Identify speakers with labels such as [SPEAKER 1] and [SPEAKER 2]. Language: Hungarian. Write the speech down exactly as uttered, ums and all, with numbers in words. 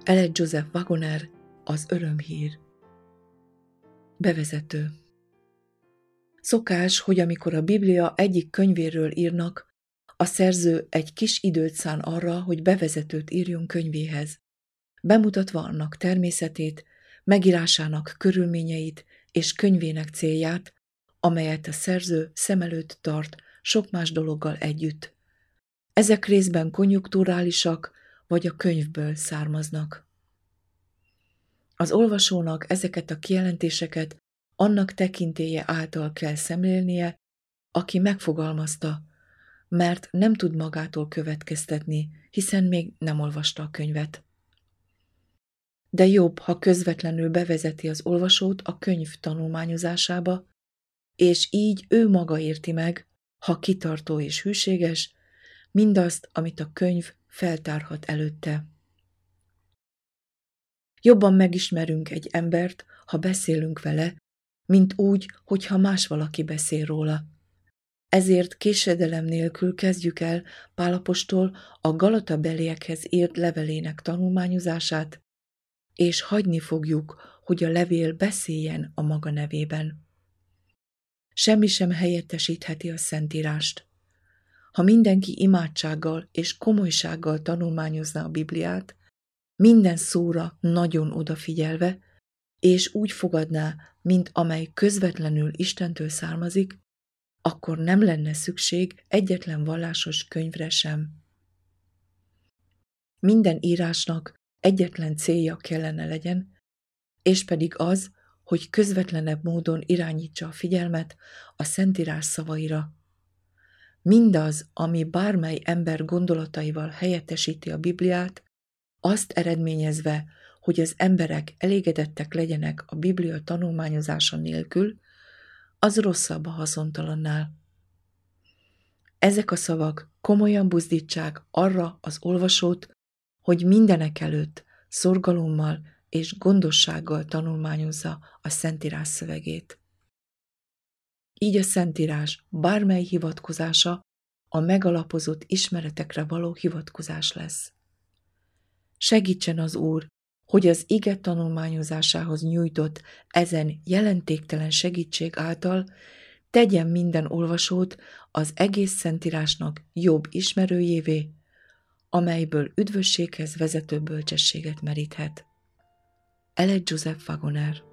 [SPEAKER 1] Eled Joseph Wagoner, az örömhír. Bevezető. Szokás, hogy amikor a Biblia egyik könyvéről írnak, a szerző egy kis időt szán arra, hogy bevezetőt írjon könyvéhez, bemutatva annak természetét, megírásának körülményeit és könyvének célját, amelyet a szerző szem előtt tart sok más dologgal együtt. Ezek részben konjunkturálisak, vagy a könyvből származnak. Az olvasónak ezeket a kijelentéseket annak tekintélye által kell szemlélnie, aki megfogalmazta, mert nem tud magától következtetni, hiszen még nem olvasta a könyvet. De jobb, ha közvetlenül bevezeti az olvasót a könyv tanulmányozásába, és így ő maga érti meg, ha kitartó és hűséges, mindazt, amit a könyv feltárhat előtte. Jobban megismerünk egy embert, ha beszélünk vele, mint úgy, hogyha más valaki beszél róla. Ezért késedelem nélkül kezdjük el Pál apostol a Galatabeliekhez írt levelének tanulmányozását, és hagyni fogjuk, hogy a levél beszéljen a maga nevében. Semmi sem helyettesítheti a Szentírást. Ha mindenki imádsággal és komolysággal tanulmányozna a Bibliát, minden szóra nagyon odafigyelve, és úgy fogadná, mint amely közvetlenül Istentől származik, akkor nem lenne szükség egyetlen vallásos könyvre sem. Minden írásnak egyetlen célja kellene legyen, és pedig az, hogy közvetlenebb módon irányítsa a figyelmet a Szentírás szavaira. Mindaz, ami bármely ember gondolataival helyettesíti a Bibliát, azt eredményezve, hogy az emberek elégedettek legyenek a Biblia tanulmányozása nélkül, az rosszabb a haszontalannál. Ezek a szavak komolyan buzdítsák arra az olvasót, hogy mindenekelőtt szorgalommal és gondossággal tanulmányozza a Szentírás szövegét. Így a Szentírás bármely hivatkozása a megalapozott ismeretekre való hivatkozás lesz. Segítsen az Úr, hogy az ige tanulmányozásához nyújtott ezen jelentéktelen segítség által tegyen minden olvasót az egész Szentírásnak jobb ismerőjévé, amelyből üdvösséghez vezető bölcsességet meríthet. Eled Joseph Wagoner.